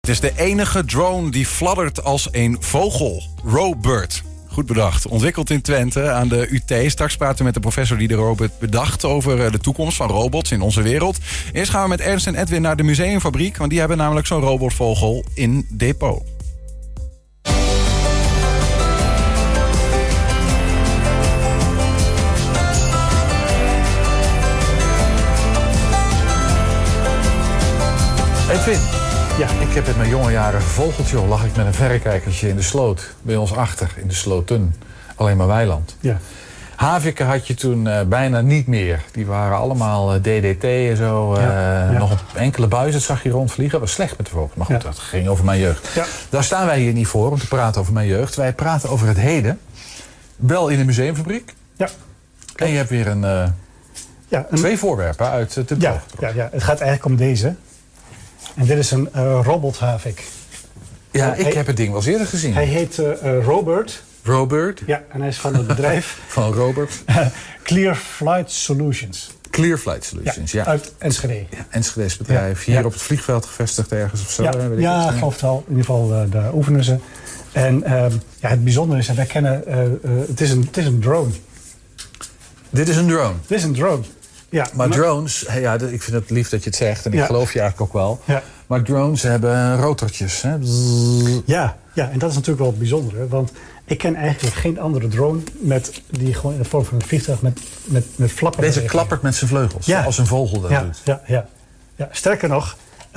Het is de enige drone die fladdert als een vogel. Robird. Goed bedacht. Ontwikkeld in Twente aan de UT. Straks praten we met de professor die de robot bedacht over de toekomst van robots in onze wereld. Eerst gaan we met Ernst en Edwin naar de museumfabriek, want die hebben namelijk zo'n robotvogel in depot. Edwin, ja, ik heb in mijn jonge jaren een vogeltje. Lag ik met een verrekijkertje in de sloot. Bij ons achter, in de sloten. Alleen maar weiland. Ja. Haviken had je toen bijna niet meer. Die waren allemaal DDT en zo. Nog op enkele buizen zag je rondvliegen. Dat was slecht met de vogels. Maar goed, dat ging over mijn jeugd. Ja. Daar staan wij hier niet voor om te praten over mijn jeugd. Wij praten over het heden. Wel in de museumfabriek. Ja. En je hebt weer twee voorwerpen uit de boog. Ja, het gaat eigenlijk om deze. En dit is een robothavik. Ja, ik heb het ding wel eens eerder gezien. Hij heet Robird. Robird? Ja, en hij is van het bedrijf... van Robert. Clear Flight Solutions. Clear Flight Solutions, ja. Uit Enschede. Ja, Enschede's bedrijf. Hier op het vliegveld gevestigd ergens of zo. Ja, ik geloof het wel. In ieder geval, daar oefenen ze. En het bijzondere is, wij kennen... het is een drone. Dit is een drone? Dit is een drone. Ja, maar drones, ik vind het lief dat je het zegt en ik geloof je eigenlijk ook wel. Ja. Maar drones hebben rotortjes. Hè? Ja, en dat is natuurlijk wel het bijzondere. Want ik ken eigenlijk geen andere drone die gewoon in de vorm van een vliegtuig met flappen. Deze klappert met zijn vleugels, als een vogel dat doet. Ja, sterker nog,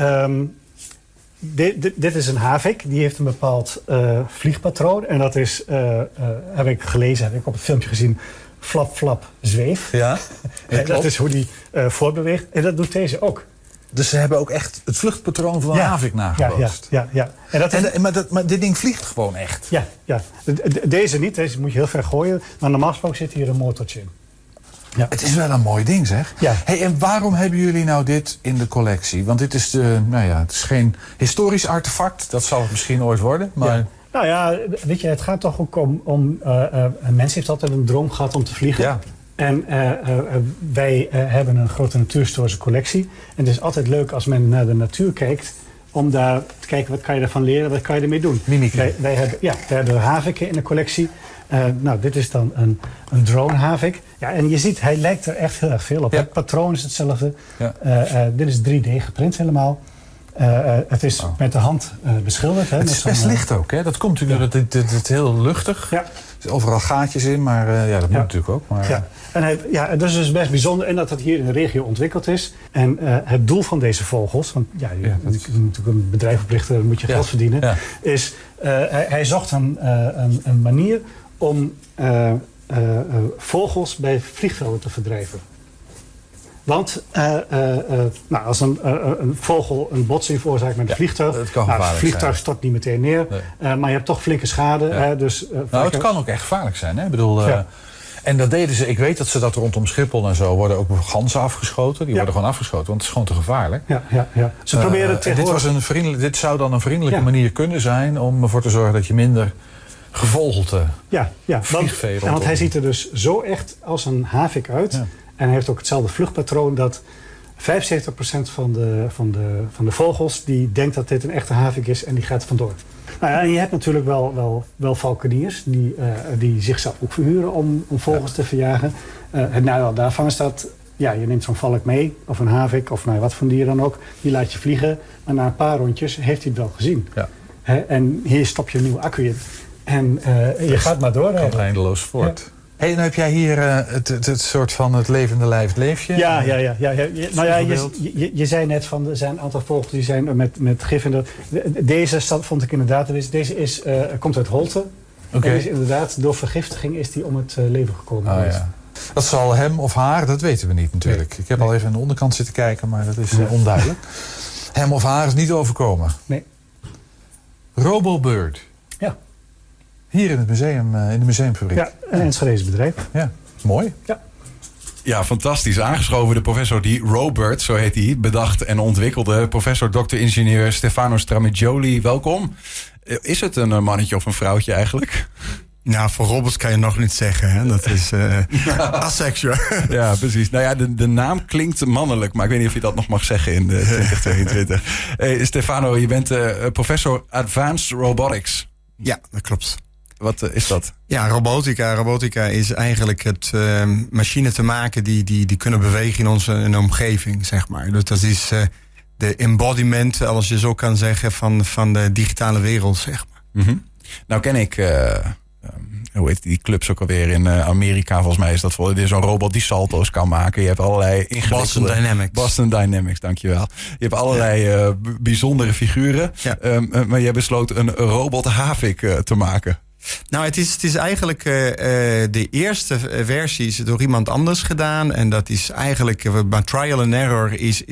dit is een havik. Die heeft een bepaald vliegpatroon. En dat is, heb ik gelezen, heb ik op het filmpje gezien... Flap, flap, zweef. Ja, dat is hoe die voortbeweegt. En dat doet deze ook. Dus ze hebben ook echt het vluchtpatroon van een havik nagebootst. Ja. Maar dit ding vliegt gewoon echt? Ja. Deze niet. Deze moet je heel ver gooien. Maar normaal gesproken zit hier een motortje in. Ja. Het is wel een mooi ding, zeg. Ja. Hey, en waarom hebben jullie nou dit in de collectie? Want dit is het is geen historisch artefact. Dat zal het misschien ooit worden, maar... Ja. Nou ja, weet je, het gaat toch ook om een mens heeft altijd een droom gehad om te vliegen. Ja. En wij hebben een grote natuurhistorische collectie. En het is altijd leuk als men naar de natuur kijkt... om daar te kijken, wat kan je ervan leren, wat kan je ermee doen. Mimicry. Wij hebben haviken in de collectie. Dit is dan een drone-havik. Ja, en je ziet, hij lijkt er echt heel erg veel op. Ja. Het patroon is hetzelfde. Ja. Dit is 3D geprint helemaal. Het is met de hand beschilderd. Hè, het is best licht ook, hè? Dat komt natuurlijk dat het heel luchtig. Ja. Er zitten overal gaatjes in, maar dat moet natuurlijk ook. Maar, En dat is dus best bijzonder. En dat het hier in de regio ontwikkeld is. En het doel van deze vogels... want je moet natuurlijk een bedrijf oprichten, dan moet je geld verdienen... Ja. is, hij zocht een manier om vogels bij vliegvelden te verdrijven. Want als een vogel een botsing veroorzaakt met een vliegtuig... Het vliegtuig stort niet meteen neer. Nee. Maar je hebt toch flinke schade. Ja. Het kan ook echt gevaarlijk zijn. Hè? Ik bedoel, en dat deden ze... Ik weet dat ze dat rondom Schiphol en zo... worden ook ganzen afgeschoten. Die worden gewoon afgeschoten, want het is gewoon te gevaarlijk. Ja. Ze proberen tegenwoordig... Dit zou dan een vriendelijke manier kunnen zijn... om ervoor te zorgen dat je minder gevogelte vliegvee rondom... Want hij ziet er dus zo echt als een havik uit... Ja. En hij heeft ook hetzelfde vluchtpatroon dat 75% van de vogels... die denkt dat dit een echte havik is en die gaat vandoor. En je hebt natuurlijk wel valkeniers die zichzelf ook verhuren om vogels te verjagen. Het nadeel daarvan is dat je neemt zo'n valk mee of een havik of wat voor dier dan ook. Die laat je vliegen, maar na een paar rondjes heeft hij het wel gezien. Ja. En hier stop je een nieuwe accu in en je gaat maar door. Het gaat eindeloos voort. Ja. Hey, dan heb jij hier het soort van het levende lijf leefje. Ja. Je zei net van er zijn een aantal vogels die zijn met gif in de... Deze vond ik inderdaad. Deze komt uit Holte. Okay. En is inderdaad door vergiftiging is die om het leven gekomen. Ja. Dat zal hem of haar, dat weten we niet natuurlijk. Nee. Ik heb al even aan de onderkant zitten kijken, maar dat is onduidelijk. Hem of haar is niet overkomen. Nee. Robobird. Ja. Hier in het museum, in de museumfabriek. Ja, een Enschedese bedrijf. Ja, mooi. Ja, fantastisch. Aangeschoven de professor die Robird, zo heet hij, bedacht en ontwikkelde. Professor Dr.Ingenieur Stefano Stramigioli, welkom. Is het een mannetje of een vrouwtje eigenlijk? Nou, voor robots kan je nog niet zeggen. Hè? Dat is asexual. Ja, precies. Nou ja, de naam klinkt mannelijk, maar ik weet niet of je dat nog mag zeggen in 2022. Stefano, je bent professor Advanced Robotics. Ja, dat klopt. Wat is dat? Ja, robotica. Robotica is eigenlijk het machine te maken die kunnen bewegen in onze omgeving, zeg maar. Dus dat is de embodiment, als je zo kan zeggen, van de digitale wereld, zeg maar. Mm-hmm. Nou ken ik, hoe heet die clubs ook alweer in Amerika? Volgens mij is dat weer zo'n robot die salto's kan maken. Je hebt allerlei ingewikkelde... Boston Dynamics, dankjewel. Je hebt allerlei bijzondere figuren. Ja. Maar jij besloot een robot Havik te maken. Nou, het is eigenlijk de eerste versie is door iemand anders gedaan. En dat is eigenlijk, bij trial and error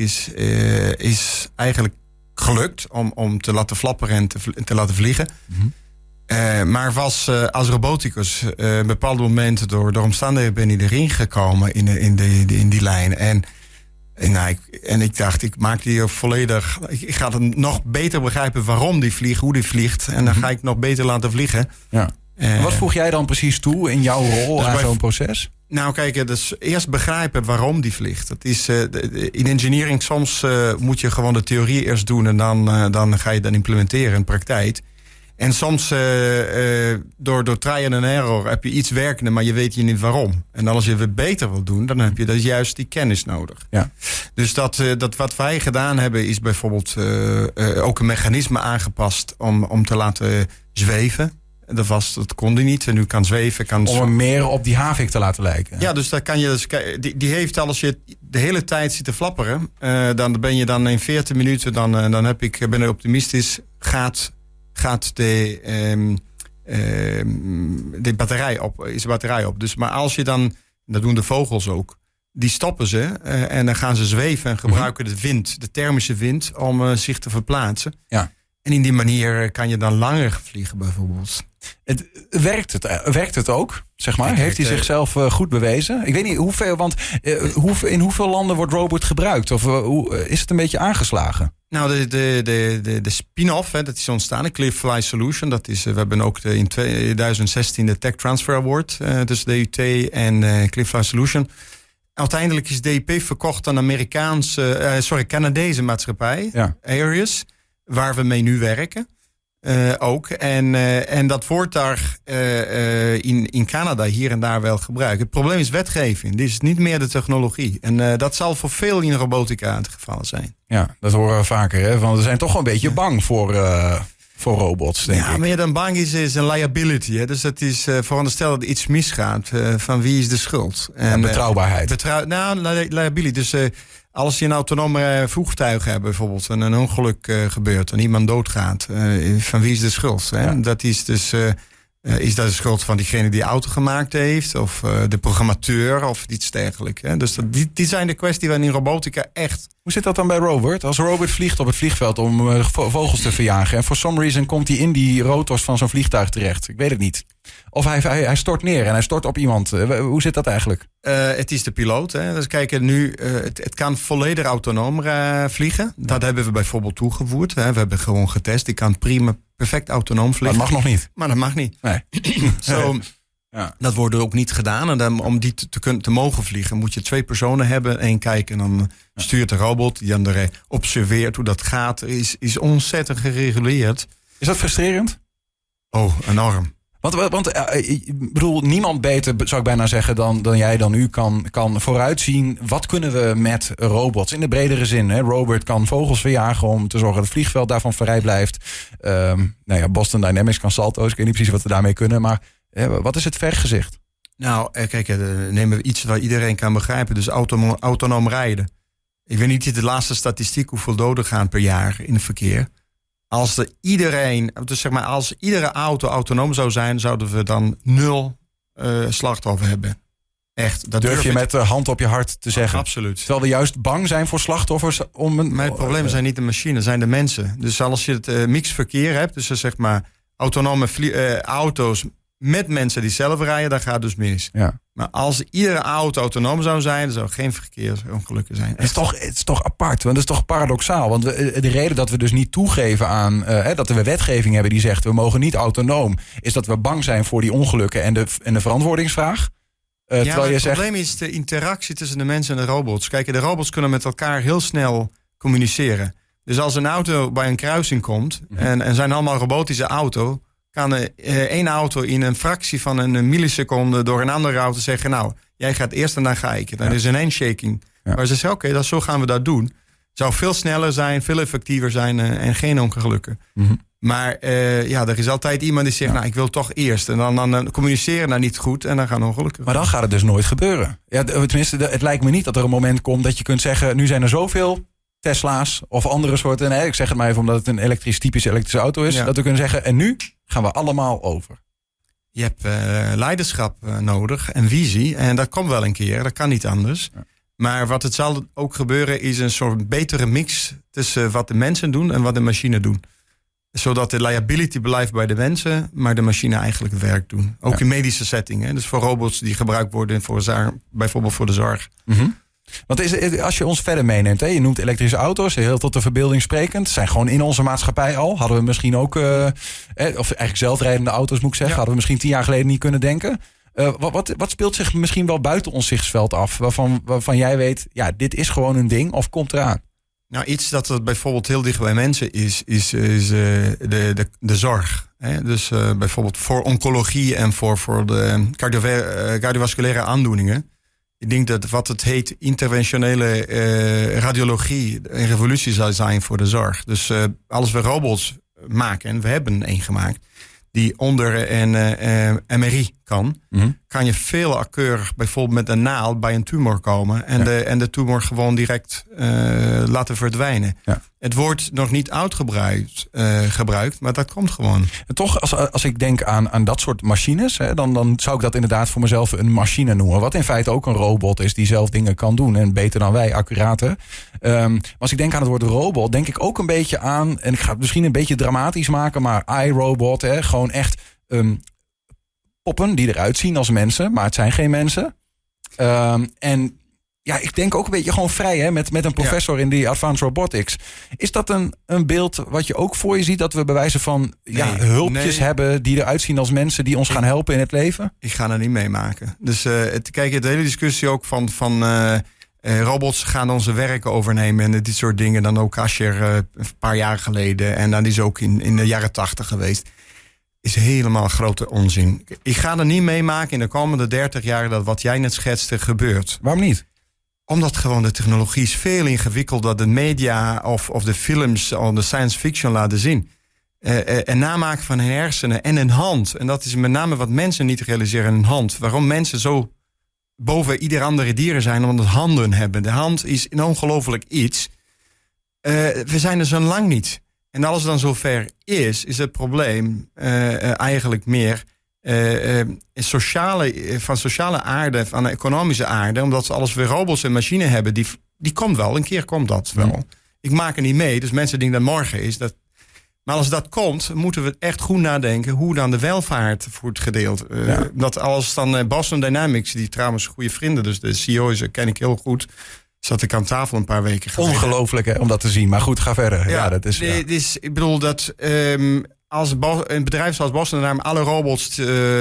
is eigenlijk gelukt om te laten flapperen en te laten vliegen. Mm-hmm. Maar was als roboticus bepaalde momenten door omstandigheden ben ik erin gekomen in die lijn. En ik dacht, ik maak die volledig... Ik ga het nog beter begrijpen waarom die vliegt, hoe die vliegt. En dan ga ik nog beter laten vliegen. Ja. Wat voeg jij dan precies toe in jouw rol aan zo'n proces? Nou, kijk, dus eerst begrijpen waarom die vliegt. Dat is, in engineering soms moet je gewoon de theorie eerst doen... en dan ga je dat implementeren in praktijk. En soms door trial and error heb je iets werkende, maar je weet niet waarom. En als je het beter wil doen, dan heb je dus juist die kennis nodig. Ja. Dus dat wat wij gedaan hebben, is bijvoorbeeld ook een mechanisme aangepast om te laten zweven. Dat kon die niet. En nu kan zweven. Om hem meer op die Havik te laten lijken. Ja, dus daar kan je. Die heeft, als je de hele tijd zit te flapperen, dan ben je dan in 40 minuten, dan ben ik optimistisch, gaat de batterij op, is de batterij op. Dus, maar als je dan, dat doen de vogels ook, die stoppen ze en dan gaan ze zweven en gebruiken de wind, de thermische wind, om zich te verplaatsen. Ja. En in die manier kan je dan langer vliegen bijvoorbeeld. Werkt het ook, zeg maar? Heeft hij zichzelf goed bewezen? Ik weet niet hoeveel, want in hoeveel landen wordt robot gebruikt? Of is het een beetje aangeslagen? Nou, de spin-off, dat is ontstaan, de Cliffly Solution. Dat is, we hebben ook in 2016 de Tech Transfer Award tussen DUT en Cliffly Solution. Uiteindelijk is DIP verkocht aan een Canadese maatschappij, Aerius, waar we mee nu werken. Ook. En dat wordt daar in Canada hier en daar wel gebruikt. Het probleem is wetgeving. Dit is niet meer de technologie. En dat zal voor veel in robotica het geval zijn. Ja, dat horen we vaker. Hè? Want we zijn toch wel een beetje bang voor robots, denk ik. Ja, meer dan bang is een liability. Hè? Dus dat is veronderstel dat iets misgaat. Van wie is de schuld? En betrouwbaarheid. Liability. Dus... als je een autonome voertuig hebt bijvoorbeeld en een ongeluk gebeurt en iemand doodgaat, van wie is de schuld? Hè? Ja. Dat is dus, is dat de schuld van diegene die de auto gemaakt heeft of de programmateur of iets dergelijks? Hè? Dus die zijn de kwesties waarin in robotica echt... Hoe zit dat dan bij Robert? Als Robert vliegt op het vliegveld om vogels te verjagen en for some reason komt hij in die rotors van zo'n vliegtuig terecht. Ik weet het niet. Of hij stort neer en hij stort op iemand. Hoe zit dat eigenlijk? Het is de piloot. Hè. Dus kijk, nu, het kan volledig autonoom vliegen. Ja. Dat hebben we bijvoorbeeld toegevoegd. Hè. We hebben gewoon getest. Die kan prima, perfect autonoom vliegen. Maar dat mag nog niet. Maar dat mag niet. Nee. Ja. Dat wordt ook niet gedaan. En dan, om die te mogen vliegen moet je 2 personen hebben. 1 kijken en dan stuurt de robot. Die dan observeert hoe dat gaat. Is ontzettend gereguleerd. Is dat frustrerend? Oh, enorm. Want ik bedoel, niemand beter, zou ik bijna zeggen, dan jij, dan u kan vooruitzien. Wat kunnen we met robots in de bredere zin? Hè? Robert kan vogels verjagen om te zorgen dat het vliegveld daarvan vrij blijft. Boston Dynamics kan salto's. Ik weet niet precies wat we daarmee kunnen. Maar wat is het vergezicht? Nou, kijk, nemen we iets waar iedereen kan begrijpen. Dus autonoom rijden. Ik weet niet de laatste statistiek hoeveel doden gaan per jaar in het verkeer. Als iedere auto autonoom zou zijn, zouden we dan 0 slachtoffer hebben. Echt. Dat durf je met de hand op je hart te zeggen. Absoluut. Terwijl we juist bang zijn voor slachtoffers. Maar het probleem zijn niet de machines, zijn de mensen. Dus als je het mixed verkeer hebt, dus zeg maar autonome auto's met mensen die zelf rijden, dan gaat het dus mis. Ja. Maar als iedere auto autonoom zou zijn, dan zou er geen verkeersongelukken zijn. Het is toch apart, want het is toch paradoxaal. Want de reden dat we dus niet toegeven aan dat we wetgeving hebben die zegt we mogen niet autonoom, is dat we bang zijn voor die ongelukken en de verantwoordingsvraag. Maar het probleem is de interactie tussen de mensen en de robots. Kijk, de robots kunnen met elkaar heel snel communiceren. Dus als een auto bij een kruising komt en zijn allemaal robotische auto, kan één auto in een fractie van een milliseconde door een andere auto zeggen, nou, jij gaat eerst en dan ga ik. Dan is een handshaking. Ja. Maar ze zeggen, oké, zo gaan we dat doen. Het zou veel sneller zijn, veel effectiever zijn en geen ongelukken. Mm-hmm. Maar er is altijd iemand die zegt, nou, ik wil toch eerst. En dan communiceren daar niet goed en dan gaan ongelukken. Maar dan gaat het dus nooit gebeuren. Ja, tenminste, het lijkt me niet dat er een moment komt dat je kunt zeggen, nu zijn er zoveel Tesla's of andere soorten. Ik zeg het maar even omdat het een typische elektrische auto is. Ja. Dat we kunnen zeggen, en nu gaan we allemaal over. Je hebt leiderschap nodig en visie. En dat komt wel een keer, dat kan niet anders. Ja. Maar wat het zal ook gebeuren is een soort betere mix tussen wat de mensen doen en wat de machine doen. Zodat de liability blijft bij de mensen, maar de machine eigenlijk het werk doen. Ook in medische settingen. Dus voor robots die gebruikt worden bijvoorbeeld voor de zorg. Mm-hmm. Want als je ons verder meeneemt, je noemt elektrische auto's, heel tot de verbeelding sprekend, zijn gewoon in onze maatschappij al. Hadden we misschien ook, of eigenlijk zelfrijdende auto's moet ik zeggen, hadden we misschien 10 jaar geleden niet kunnen denken. Wat speelt zich misschien wel buiten ons zichtsveld af, waarvan jij weet, ja, dit is gewoon een ding of komt eraan? Nou, iets dat bijvoorbeeld heel dicht bij mensen is de zorg. Hè? Dus bijvoorbeeld voor oncologie en voor de cardiovasculaire aandoeningen. Ik denk dat wat het heet interventionele radiologie een revolutie zou zijn voor de zorg. Dus als we robots maken, en we hebben één gemaakt, die onder een MRI kan, kan je veel nauwkeurig bijvoorbeeld met een naald bij een tumor komen en de tumor gewoon direct laten verdwijnen. Ja. Het wordt nog niet uitgebreid gebruikt, maar dat komt gewoon. En toch, als ik denk aan dat soort machines, dan zou ik dat inderdaad voor mezelf een machine noemen. Wat in feite ook een robot is die zelf dingen kan doen en beter dan wij, accurater. Maar als ik denk aan het woord robot, denk ik ook een beetje aan, en ik ga het misschien een beetje dramatisch maken, maar iRobot, gewoon echt poppen die eruit zien als mensen, maar het zijn geen mensen. En ja, ik denk ook een beetje gewoon vrij, met een professor in die Advanced Robotics. Is dat een beeld wat je ook voor je ziet, dat we bij wijze van hulpjes hebben die eruit zien als mensen die ons gaan helpen in het leven? Ik ga dat niet meemaken. Dus kijk, de hele discussie ook van robots gaan onze werken overnemen en dit soort dingen. Dan ook Asher een paar jaar geleden en dan is ook in de jaren 80 geweest. Is helemaal grote onzin. Ik ga er niet meemaken in de komende 30 jaar dat wat jij net schetste gebeurt. Waarom niet? Omdat gewoon de technologie is veel ingewikkelder dan de media of de films of de science fiction laten zien. En namaken van hun hersenen en een hand. En dat is met name wat mensen niet realiseren, een hand. Waarom mensen zo boven ieder andere dieren zijn, omdat handen hebben. De hand is een ongelooflijk iets. We zijn er zo lang niet. En als het dan zover is het probleem eigenlijk meer van sociale aarde, van economische aarde. Omdat ze alles weer robots en machines hebben, die komt wel. Een keer komt dat wel. Mm. Ik maak er niet mee, dus mensen denken dat morgen is. Maar als dat komt, moeten we echt goed nadenken hoe dan de welvaart wordt gedeeld. Dat als dan Boston Dynamics, die trouwens goede vrienden, dus de CEO's ken ik heel goed, zat ik aan tafel een paar weken geleden. Ongelooflijk om dat te zien, maar goed, ga verder. Ja, dat is. Dus ik bedoel dat als een bedrijf zoals Boston Dynamics alle robots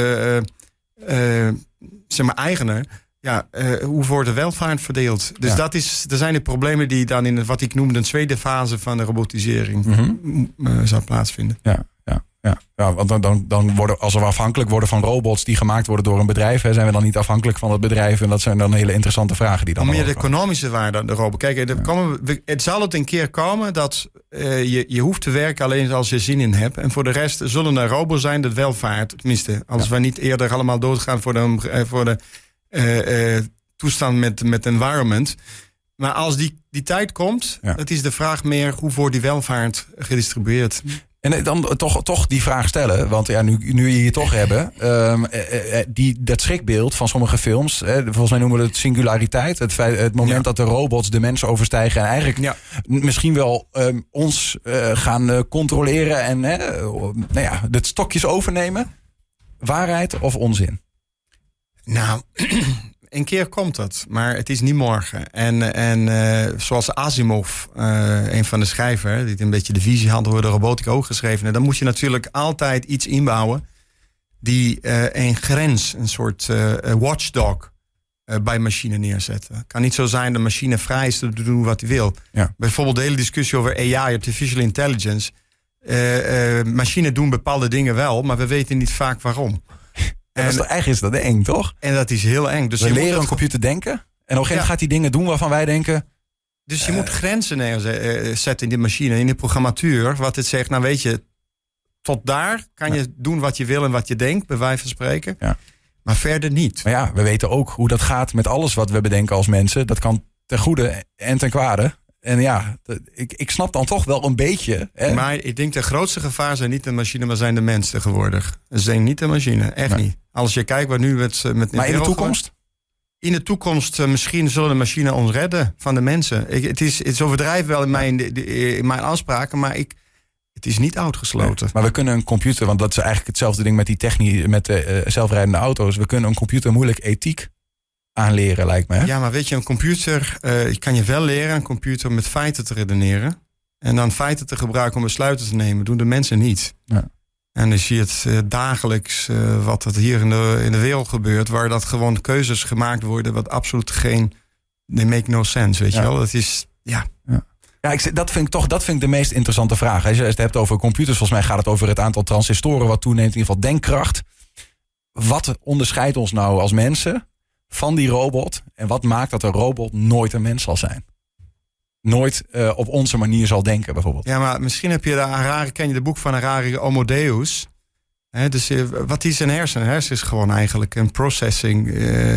eigenen. Ja, hoe wordt de welvaart verdeeld? Dus er zijn de problemen die dan in wat ik noemde een tweede fase van de robotisering zou plaatsvinden. Ja, want dan worden, als we afhankelijk worden van robots die gemaakt worden door een bedrijf, zijn we dan niet afhankelijk van het bedrijf? En dat zijn dan hele interessante vragen die dan. Meer de economische waarde aan de robot. Kijk, het zal het een keer komen dat je hoeft te werken alleen als je zin in hebt. En voor de rest zullen er robots zijn dat welvaart, tenminste, als we niet eerder allemaal doodgaan voor de toestand met environment. Maar als die tijd komt, dat is de vraag meer hoe wordt die welvaart gedistribueerd. En dan toch die vraag stellen, want nu je hier toch hebben, dat schrikbeeld van sommige films, volgens mij noemen we het singulariteit, het moment dat de robots de mensen overstijgen en eigenlijk misschien wel ons gaan controleren en de stokjes overnemen. Waarheid of onzin? Nou, een keer komt het, maar het is niet morgen. En zoals Asimov, een van de schrijvers, die een beetje de visie had over de robotica ook geschreven. En dan moet je natuurlijk altijd iets inbouwen die een grens, een soort watchdog bij machine neerzetten. Het kan niet zo zijn dat de machine vrij is te doen wat hij wil. Ja. Bijvoorbeeld de hele discussie over AI, artificial intelligence. Machines doen bepaalde dingen wel, maar we weten niet vaak waarom. Eigenlijk is dat eng, toch? En dat is heel eng. Dus we leren een computer denken. En op een gegeven moment gaat hij dingen doen waarvan wij denken. Dus je moet grenzen neerzetten in die machine, in de programmatuur. Wat het zegt, nou weet je, tot daar kan je doen wat je wil en wat je denkt, bij wijze van spreken. Ja. Maar verder niet. Maar ja, we weten ook hoe dat gaat met alles wat we bedenken als mensen. Dat kan ten goede en ten kwade. En ja, ik snap dan toch wel een beetje. Hè? Maar ik denk de grootste gevaar zijn niet de machine, maar zijn de mensen tegenwoordig. Ze zijn niet de machine, echt niet. Als je kijkt wat nu met maar in de toekomst? In de toekomst misschien zullen de machine ons redden van de mensen. Het is overdrijven wel in mijn afspraken, maar het is niet uitgesloten. Nee, maar we kunnen een computer, want dat is eigenlijk hetzelfde ding met die techniek, met de zelfrijdende auto's. We kunnen een computer moeilijk ethiek aanleren, lijkt me. Hè? Ja, maar weet je, een computer kan je wel leren een computer met feiten te redeneren. En dan feiten te gebruiken om besluiten te nemen. Doen de mensen niet. Ja. En dan zie je het dagelijks wat er hier in de wereld gebeurt, waar dat gewoon keuzes gemaakt worden wat absoluut they make no sense, weet je wel. Dat is, ja. Ja, dat vind ik de meest interessante vraag. Als je het hebt over computers, volgens mij gaat het over het aantal transistoren wat toeneemt, in ieder geval denkkracht. Wat onderscheidt ons nou als mensen van die robot? En wat maakt dat een robot nooit een mens zal zijn? Nooit op onze manier zal denken, bijvoorbeeld. Ja, maar misschien heb je ken je de boek van Harari, Homo Deus. Dus wat is een hersen? Een hersen is gewoon eigenlijk een processing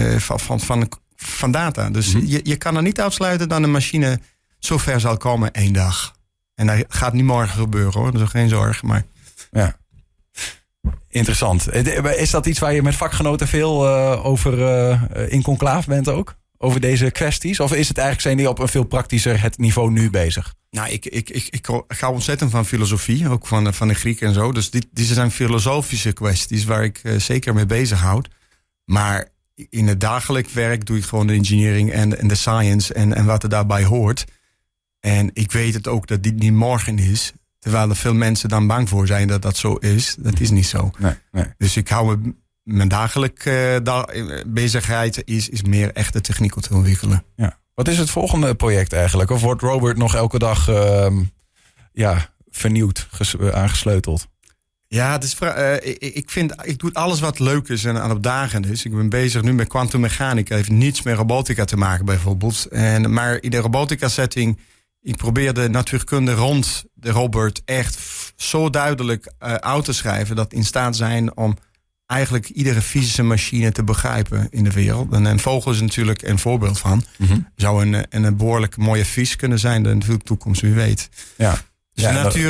van data. Dus je kan er niet uitsluiten dat een machine zo ver zal komen één dag. En dat gaat niet morgen gebeuren, hoor. Dat is geen zorg. Maar ja. Interessant. Is dat iets waar je met vakgenoten veel over in conclave bent ook? Over deze kwesties? Of is het eigenlijk, zijn die op een veel praktischer het niveau nu bezig? Nou, ik ga ontzettend van filosofie, ook van de Grieken en zo. Dus die zijn filosofische kwesties waar ik zeker mee bezighoud. Maar in het dagelijks werk doe ik gewoon de engineering en de science en wat er daarbij hoort. En ik weet het ook dat dit niet morgen is. Terwijl er veel mensen dan bang voor zijn dat dat zo is. Dat is niet zo. Nee. Dus ik hou mijn dagelijkse bezigheid is meer echte techniek te ontwikkelen. Ja. Wat is het volgende project eigenlijk? Of wordt Robert nog elke dag vernieuwd, aangesleuteld? Ja, het is, ik doe alles wat leuk is en uitdagend is. Ik ben bezig nu met kwantummechanica. Het heeft niets met robotica te maken bijvoorbeeld. Maar in de robotica setting, ik probeer de natuurkunde rond de Robert echt zo duidelijk uit te schrijven dat in staat zijn om eigenlijk iedere fysische machine te begrijpen in de wereld. En een vogel is natuurlijk een voorbeeld van. Mm-hmm. Zou een behoorlijk mooie vis kunnen zijn in de toekomst, wie weet. Ja. Dus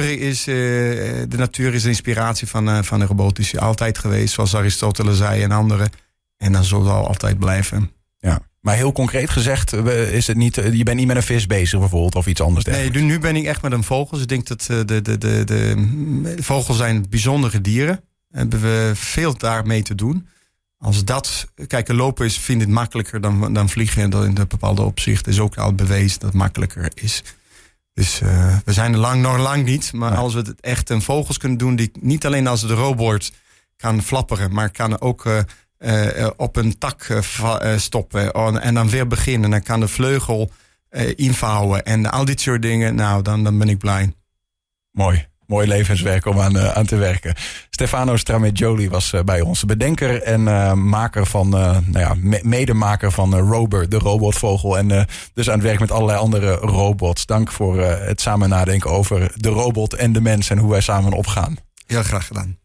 de natuur is de inspiratie van de robotische altijd geweest, zoals Aristoteles zei en anderen. En dat zal altijd blijven. Ja. Maar heel concreet gezegd, is het niet, je bent niet met een vis bezig bijvoorbeeld of iets anders dergelijks? Nee, nu ben ik echt met een vogel. Dus ik denk dat de vogels zijn bijzondere dieren. Hebben we veel daarmee te doen. Als dat, lopen vind ik makkelijker dan vliegen. En dat in een bepaalde opzicht is ook al bewezen dat het makkelijker is. Dus we zijn er nog lang niet. Maar als we het echt een vogels kunnen doen, die niet alleen als de robot kan flapperen, maar kan ook op een tak stoppen en dan weer beginnen. Dan kan de vleugel invouwen en al dit soort dingen. Nou, dan ben ik blij. Mooi levenswerk om aan te werken. Stefano Strameggioli was bij ons. Bedenker en maker van, medemaker van Robert, de robotvogel. En dus aan het werk met allerlei andere robots. Dank voor het samen nadenken over de robot en de mens en hoe wij samen opgaan. Heel graag gedaan.